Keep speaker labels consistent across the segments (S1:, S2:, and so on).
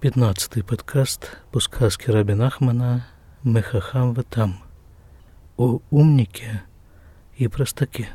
S1: 15-й подкаст по сказке Раби Нахмана «Мехахам ватам» о умнике и простаке.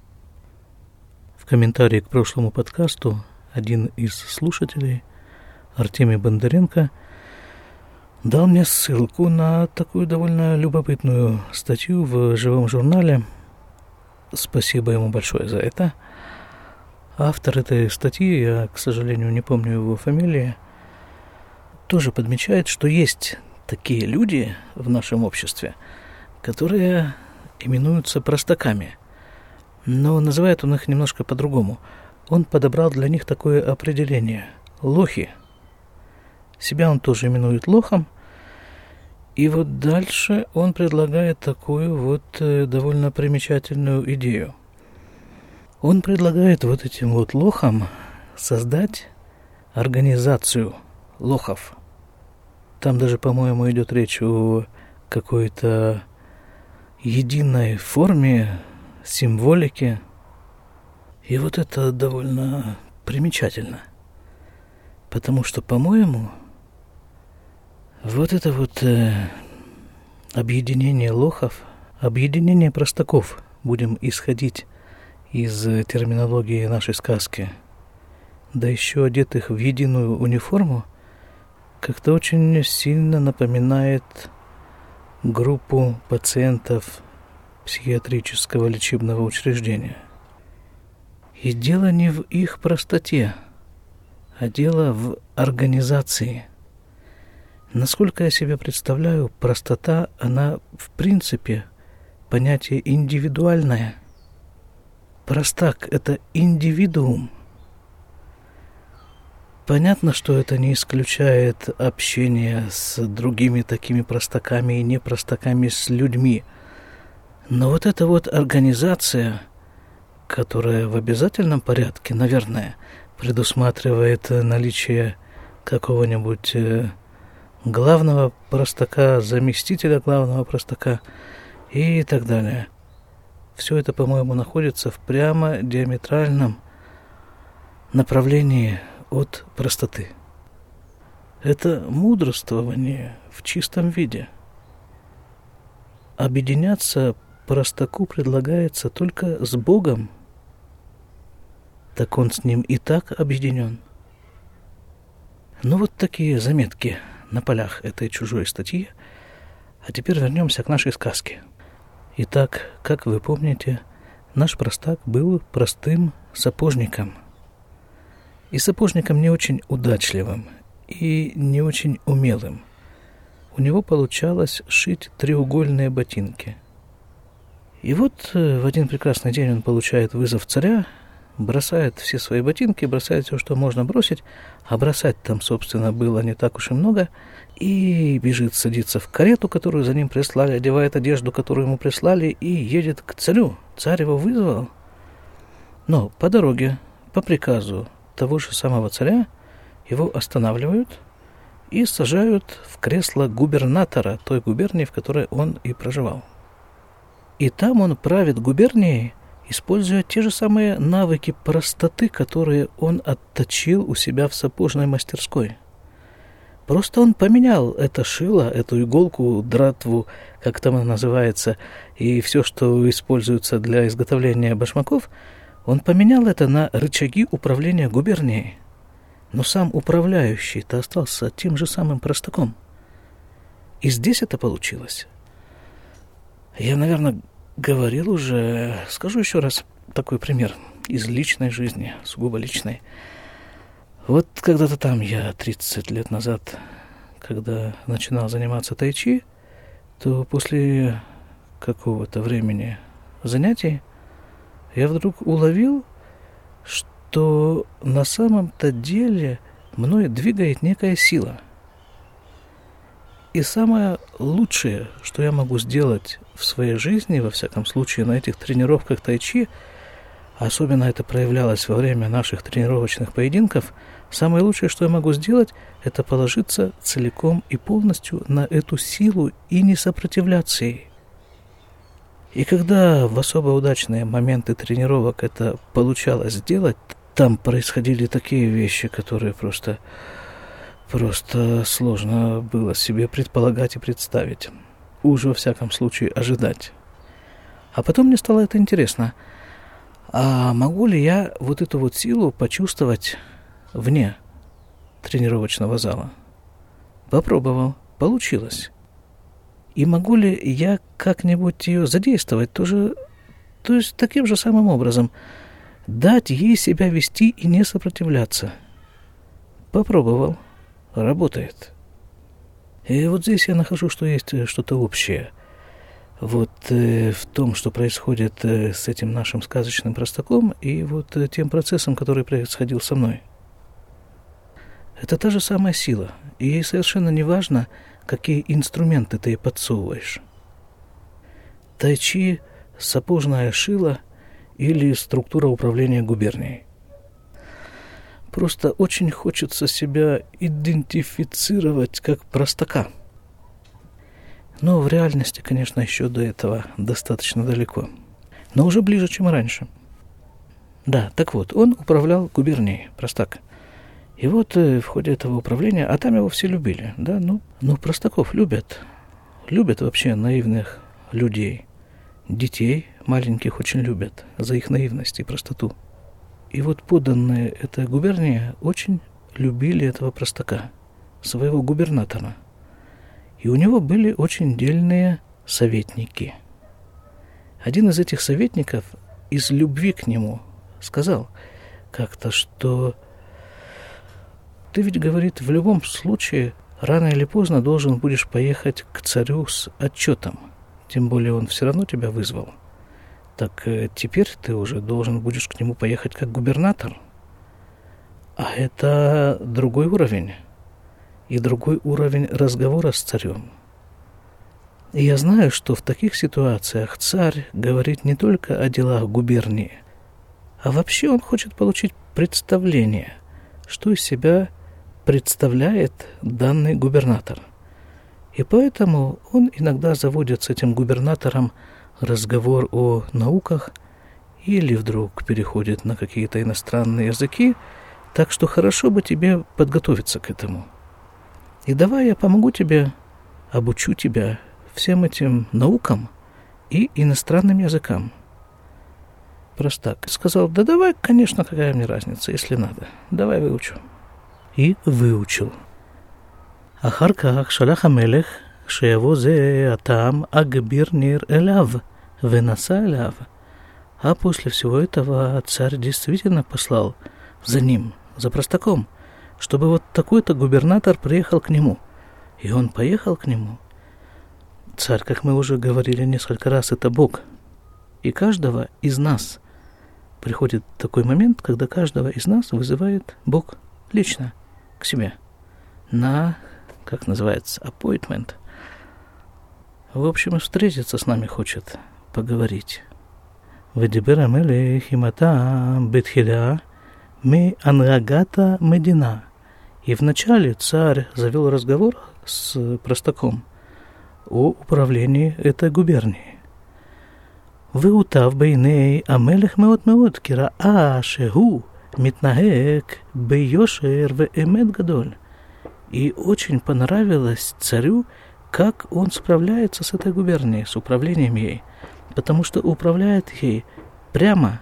S1: В комментарии к прошлому подкасту один из слушателей, Артемий Бондаренко, дал мне ссылку на такую довольно любопытную статью в живом журнале. Спасибо ему большое за это. Автор этой статьи, я, к сожалению, не помню его фамилии, тоже подмечает, что есть такие люди в нашем обществе, которые именуются простаками. Но называет он их немножко по-другому. Он подобрал для них такое определение – лохи. Себя он тоже именует лохом. И вот дальше он предлагает такую вот довольно примечательную идею. Он предлагает вот этим вот лохам создать организацию лохов. Там даже, по-моему, идет речь о какой-то единой форме, символике. И вот это довольно примечательно. Потому что, по-моему, вот это вот объединение лохов, объединение простаков, будем исходить из терминологии нашей сказки, да еще одетых в единую униформу, как-то очень сильно напоминает группу пациентов психиатрического лечебного учреждения. И дело не в их простоте, а дело в организации. Насколько я себе представляю, простота, она в принципе понятие индивидуальное. Простак – это индивидуум. Понятно, что это не исключает общение с другими такими простаками и непростаками, с людьми. Но вот эта вот организация, которая в обязательном порядке, наверное, предусматривает наличие какого-нибудь главного простака, заместителя главного простака и так далее. Все это, по-моему, находится в прямо диаметральном направлении от простоты. Это мудрствование в чистом виде. Объединяться простаку предлагается только с Богом. Так он с ним и так объединен. Ну вот такие заметки на полях этой чужой статьи. А теперь вернемся к нашей сказке. Итак, как вы помните, наш простак был простым сапожником. И сапожником не очень удачливым и не очень умелым. У него получалось шить треугольные ботинки. И вот в один прекрасный день он получает вызов царя, бросает все свои ботинки, бросает все, что можно бросить, а бросать там, собственно, было не так уж и много, и бежит садиться в карету, которую за ним прислали, одевает одежду, которую ему прислали, и едет к царю. Царь его вызвал. Но по дороге, по приказу того же самого царя, его останавливают и сажают в кресло губернатора той губернии, в которой он и проживал. И там он правит губернией, используя те же самые навыки простоты, которые он отточил у себя в сапожной мастерской. Просто он поменял это шило, эту иголку, дратву, как там она называется, и все, что используется для изготовления башмаков, он поменял это на рычаги управления губернией. Но сам управляющий-то остался тем же самым простаком. И здесь это получилось. Я, наверное, говорил уже, скажу еще раз такой пример из личной жизни, сугубо личной. Вот когда-то там я 30 лет назад, когда начинал заниматься тайчи, то после какого-то времени занятий я вдруг уловил, что на самом-то деле мной двигает некая сила. И самое лучшее, что я могу сделать в своей жизни, во всяком случае, на этих тренировках тайчи, особенно это проявлялось во время наших тренировочных поединков, самое лучшее, что я могу сделать, это положиться целиком и полностью на эту силу и не сопротивляться ей. И когда в особо удачные моменты тренировок это получалось сделать, там происходили такие вещи, которые просто просто сложно было себе предполагать и представить. Уж во всяком случае ожидать. А потом мне стало это интересно. А могу ли я вот эту вот силу почувствовать вне тренировочного зала? Попробовал. Получилось. И могу ли я как-нибудь ее задействовать тоже, то есть таким же самым образом, дать ей себя вести и не сопротивляться? Попробовал. Работает. И вот здесь я нахожу, что есть что-то общее. Вот в том, что происходит с этим нашим сказочным простаком и вот тем процессом, который происходил со мной. Это та же самая сила, и ей совершенно не важно, какие инструменты ты ей подсовываешь. Тайчи, сапожная шила или структура управления губернией. Просто очень хочется себя идентифицировать как простака. Но в реальности, конечно, еще до этого достаточно далеко. Но уже ближе, чем раньше. Да, так вот, он управлял губернией, простак. И вот в ходе этого управления, а там его все любили, да, ну простаков любят. Любят вообще наивных людей. Детей маленьких очень любят за их наивность и простоту. И вот подданные этой губернии очень любили этого простака, своего губернатора. И у него были очень дельные советники. Один из этих советников из любви к нему сказал как-то, что ты ведь, говорит, в любом случае рано или поздно должен будешь поехать к царю с отчетом. Тем более он все равно тебя вызвал. Так теперь ты уже должен будешь к нему поехать как губернатор. А это другой уровень. И другой уровень разговора с царем. И я знаю, что в таких ситуациях царь говорит не только о делах губернии, а вообще он хочет получить представление, что из себя представляет данный губернатор. И поэтому он иногда заводит с этим губернатором разговор о науках или вдруг переходит на какие-то иностранные языки, так что хорошо бы тебе подготовиться к этому. И давай я помогу тебе, обучу тебя всем этим наукам и иностранным языкам. Простак сказал, да давай, конечно, какая мне разница, если надо. Давай выучу. И выучил. אחר כך שלח המלך שיבוא זה הטעם אגביר ניר אליו ונשא אליו. А после всего этого царь действительно послал за ним, за простаком, чтобы вот такой-то губернатор приехал к нему. И он поехал к нему. Царь, как мы уже говорили несколько раз, это Бог. И каждого из нас приходит такой момент, когда каждого из нас вызывает Бог лично к себе. На, как называется, appointment. В общем, встретиться с нами хочет, поговорить. ודיבר המלך עם הטעם בתחילה מהנהגת המדינה. И вначале царь завел разговор с простаком о управлении этой губернией. והוטב בעיני המלך מאוד מאוד, כי ראה שהוא מתנהג ביושר ואמת גדול. И очень понравилось царю, как он справляется с этой губернией, с управлением ей, потому что управляет ей прямо,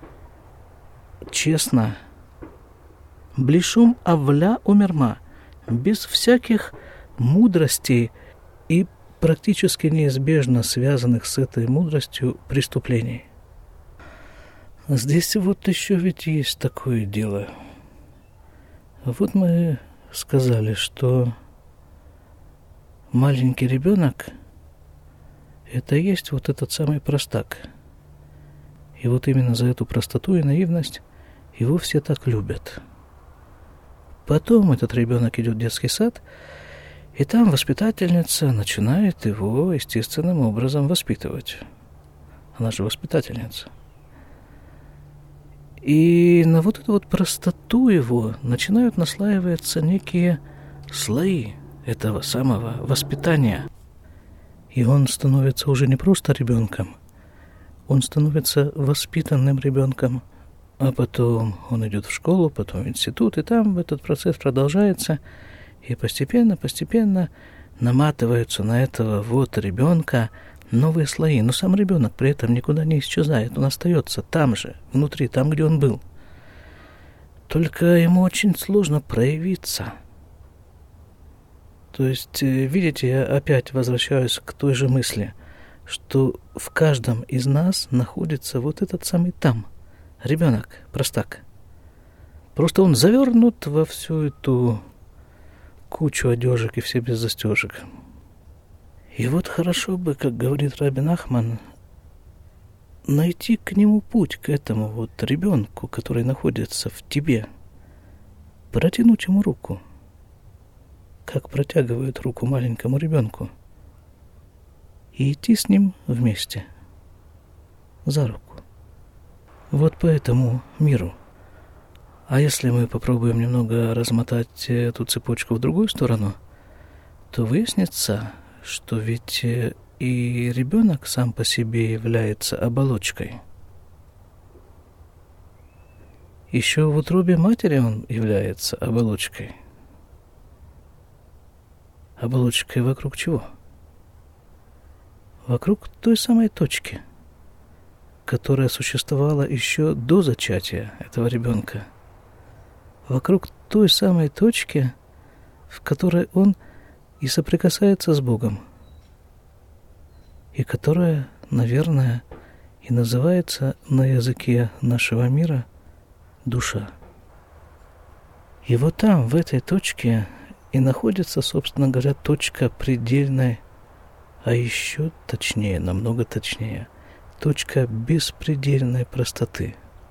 S1: честно, блишум авля умерма, без всяких мудростей и практически неизбежно связанных с этой мудростью преступлений. Здесь вот еще ведь есть такое дело. Вот мы сказали, что маленький ребенок – это и есть вот этот самый простак. И вот именно за эту простоту и наивность его все так любят. Потом этот ребенок идет в детский сад, и там воспитательница начинает его естественным образом воспитывать. Она же воспитательница. И на вот эту вот простоту его начинают наслаиваться некие слои этого самого воспитания. И он становится уже не просто ребенком, он становится воспитанным ребенком. А потом он идет в школу, потом в институт, и там этот процесс продолжается. И постепенно наматываются на этого вот ребенка новые слои. Но сам ребенок при этом никуда не исчезает. Он остается там же, внутри, там, где он был. Только ему очень сложно проявиться. То есть, видите, я опять возвращаюсь к той же мысли, что в каждом из нас находится вот этот самый там. Ребенок, простак. Просто он завернут во всю эту кучу одежек и все без застежек. И вот хорошо бы, как говорит Раби Нахман, найти к нему путь, к этому вот ребенку, который находится в тебе, протянуть ему руку, как протягивают руку маленькому ребенку, и идти с ним вместе, за руку. Вот по этому миру. А если мы попробуем немного размотать эту цепочку в другую сторону, то выяснится, что ведь и ребенок сам по себе является оболочкой. Еще в утробе матери он является оболочкой. Оболочкой вокруг чего? Вокруг той самой точки, которая существовала еще до зачатия этого ребенка. Вокруг той самой точки, в которой он и соприкасается с Богом, и которая, наверное, и называется на языке нашего мира душа. И вот там, в этой точке, и находится, собственно говоря, точка предельной, а еще точнее, намного точнее, точка беспредельной простоты.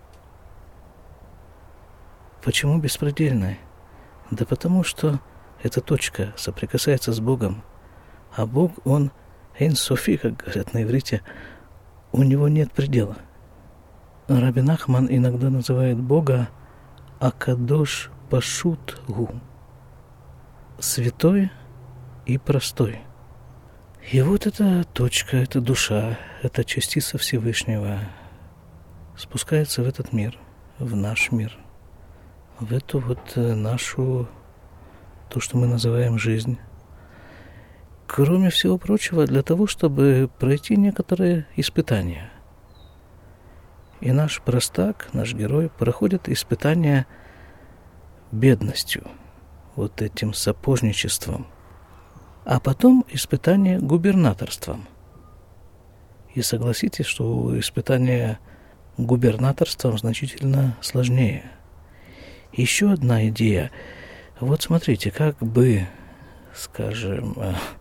S1: Почему беспредельной? Да потому что эта точка соприкасается с Богом, а Бог, Он Эйн Софи, как говорят на иврите, у него нет предела. Раби Нахман иногда называет Бога Акадош Пашут Гу, святой и простой. И вот эта точка, эта душа, эта частица Всевышнего спускается в этот мир, в наш мир, в эту вот нашу, то, что мы называем жизнь. Кроме всего прочего, для того, чтобы пройти некоторые испытания. И наш простак, наш герой, проходит испытания бедностью, вот этим сапожничеством, а потом испытание губернаторством. И согласитесь, что испытание губернаторством значительно сложнее. Еще одна идея. Вот смотрите, как бы, скажем,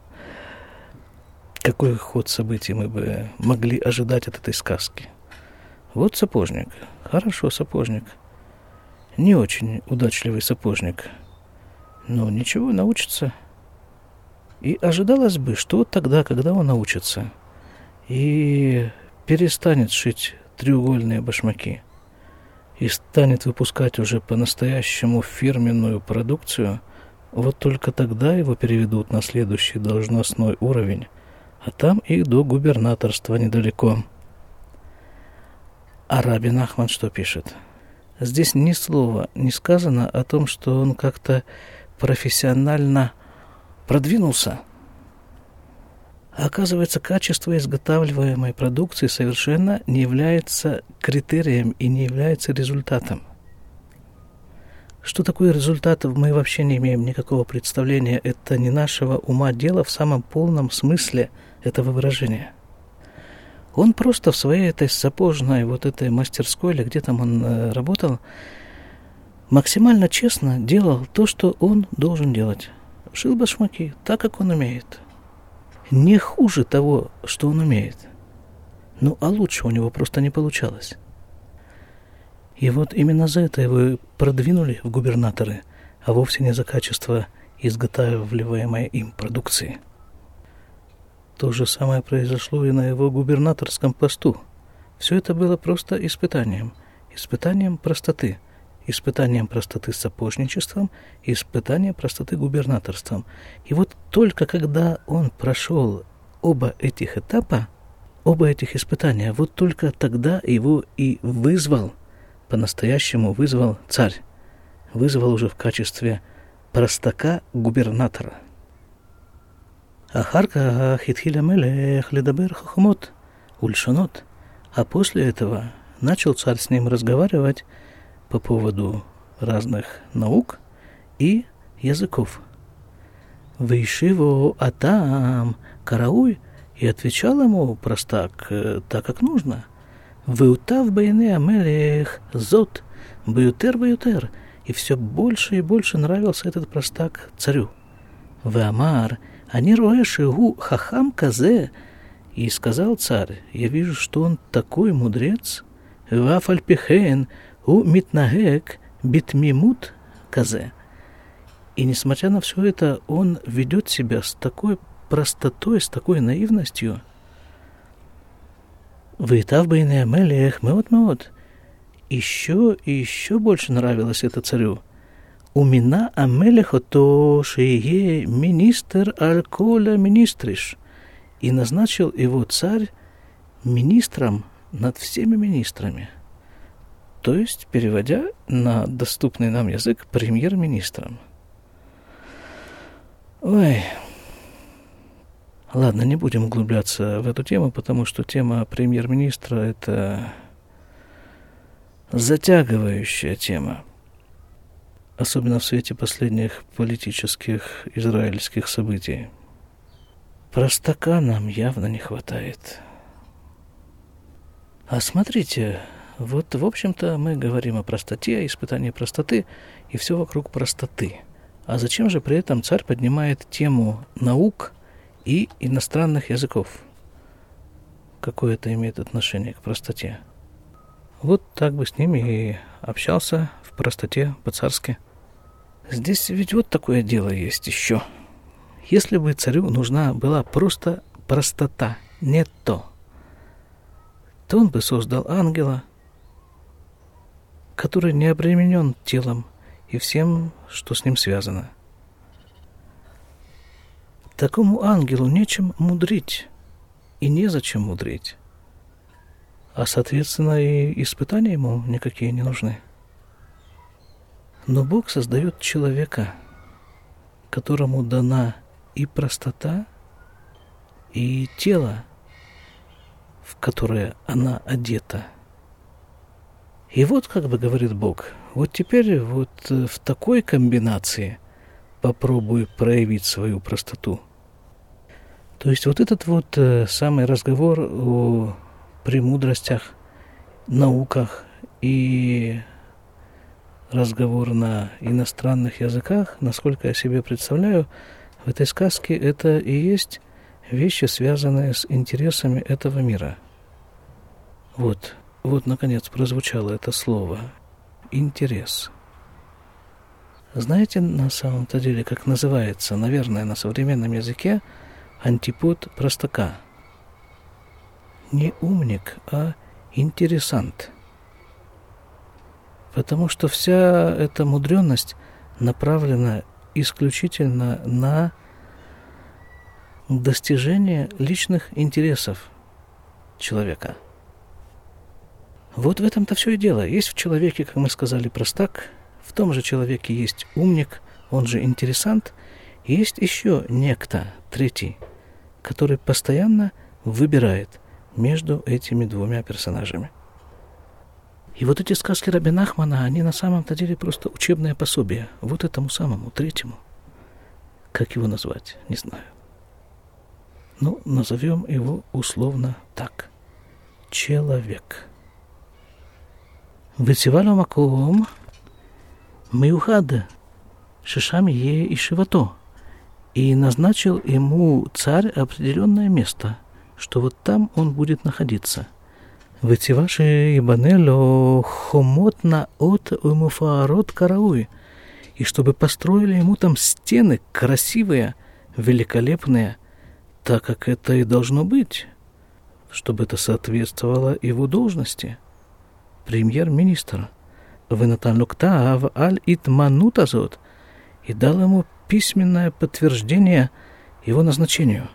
S1: какой ход событий мы бы могли ожидать от этой сказки. Вот сапожник, хорошо сапожник, не очень удачливый сапожник, но ничего, научится. И ожидалось бы, что тогда, когда он научится и перестанет шить треугольные башмаки и станет выпускать уже по-настоящему фирменную продукцию, вот только тогда его переведут на следующий должностной уровень, а там и до губернаторства недалеко. А Раби Нахман что пишет? Здесь ни слова не сказано о том, что он как-то профессионально продвинулся. А оказывается, качество изготавливаемой продукции совершенно не является критерием и не является результатом. Что такое результат, мы вообще не имеем никакого представления. Это не нашего ума дело в самом полном смысле этого выражения. Он просто в своей этой сапожной вот этой мастерской, или где там он работал, максимально честно делал то, что он должен делать. Шил башмаки так, как он умеет. Не хуже того, что он умеет. Ну, а лучше у него просто не получалось. И вот именно за это его продвинули в губернаторы, а вовсе не за качество изготавливаемой им продукции. То же самое произошло и на его губернаторском посту. Все это было просто испытанием простоты, испытанием простоты сапожничеством, испытанием простоты губернаторством. И вот только когда он прошел оба этих этапа, оба этих испытания, вот только тогда его и вызвал, по-настоящему вызвал царь, вызвал уже в качестве простака-губернатора. Ахарка хитхиля мелех ледабер хохмот ульшонот. А после этого начал царь с ним разговаривать по поводу разных наук и языков. Вейшиво атам карауй, и отвечал ему простак так, как нужно. Веутав байне амелех зот баютер, и все больше и больше нравился этот простак царю. Веамар они роэшигу хахам казе, и сказал царь: я вижу, что он такой мудрец. Вафальпихен у митнагек битмимут казе. И несмотря на все это, он ведет себя с такой простотой, с такой наивностью. Вейтав бейне амелех меот. Еще и еще больше нравилось это царю. Умина амелех ото шее министр аль-коля министриш. И назначил его царь министром над всеми министрами. То есть, переводя на доступный нам язык, премьер-министром. Ой, ладно, не будем углубляться в эту тему, потому что тема премьер-министра – это затягивающая тема. Особенно в свете последних политических израильских событий. Простака нам явно не хватает. А смотрите, вот, в общем-то, мы говорим о простоте, испытании простоты, и все вокруг простоты. А зачем же при этом царь поднимает тему наук и иностранных языков? Какое это имеет отношение к простоте? Вот так бы с ними и общался в простоте по-царски. Здесь ведь вот такое дело есть еще. Если бы царю нужна была просто простота, не то он бы создал ангела, который не обременен телом и всем, что с ним связано. Такому ангелу нечем мудрить и незачем мудрить, а, соответственно, и испытания ему никакие не нужны. Но Бог создает человека, которому дана и простота, и тело, в которое она одета. И вот, как бы говорит Бог, вот теперь вот в такой комбинации попробуй проявить свою простоту. То есть вот этот вот самый разговор о премудростях, науках и разговор на иностранных языках, насколько я себе представляю, в этой сказке это и есть вещи, связанные с интересами этого мира. Вот, наконец, прозвучало это слово «интерес». Знаете, на самом-то деле, как называется, наверное, на современном языке антипод простака? Не умник, а интересант. Потому что вся эта мудренность направлена исключительно на достижение личных интересов человека. Вот в этом-то все и дело. Есть в человеке, как мы сказали, простак, в том же человеке есть умник, он же интересант, и есть еще некто, третий, который постоянно выбирает между этими двумя персонажами. И вот эти сказки Раби Нахмана, они на самом-то деле просто учебное пособие вот этому самому третьему. Как его назвать, не знаю. Ну, назовем его условно так. Человек. Вецивалу маком миухад шишам е и шивато. И назначил ему царь определенное место, что вот там он будет находиться. Вециваши ибанело хомотна от умуфаарот карауи. И чтобы построили ему там стены красивые, великолепные, так как это и должно быть, чтобы это соответствовало его должности. Премьер-министр. Венатан луктав аль-итманут азот. И дал ему письменное подтверждение его назначению.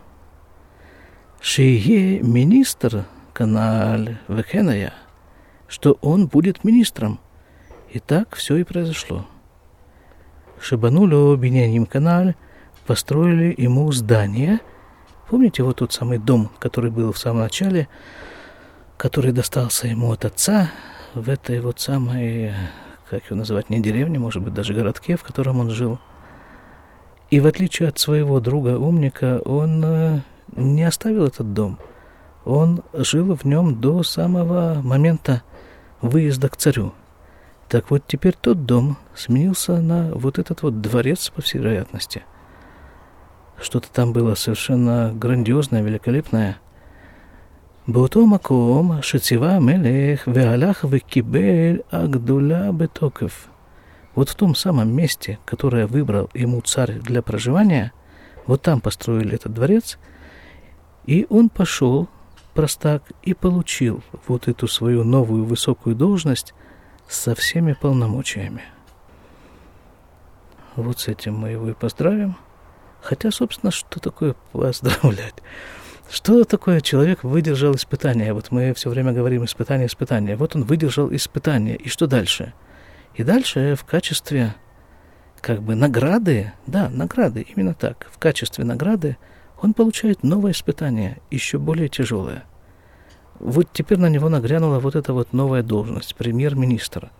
S1: Шие министр каналь векеная, что он будет министром. И так все и произошло. Шибанулю Биньяним Каналь, построили ему здание. Помните вот тот самый дом, который был в самом начале, который достался ему от отца в этой вот самой, как его называть, не деревне, может быть, даже городке, в котором он жил. И в отличие от своего друга-умника, он не оставил этот дом. Он жил в нем до самого момента выезда к царю. Так вот, теперь тот дом сменился на вот этот вот дворец, по всей вероятности. Что-то там было совершенно грандиозное, великолепное. באותו מקום שציווה המלך והלך וקיבל הגדולה בתוקף. Вот в том самом месте, которое выбрал ему царь для проживания, вот там построили этот дворец, и он пошел, простак, и получил вот эту свою новую высокую должность со всеми полномочиями. Вот с этим мы его и поздравим. Хотя, собственно, что такое поздравлять? Что такое человек выдержал испытание? Вот мы все время говорим испытание. Вот он выдержал испытание. И что дальше? И дальше в качестве как бы награды, да, награды, именно так, в качестве награды он получает новое испытание, еще более тяжелое. Вот теперь на него нагрянула вот эта вот новая должность, премьер-министра.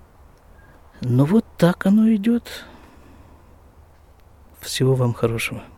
S1: Но вот так оно идет. Всего вам хорошего.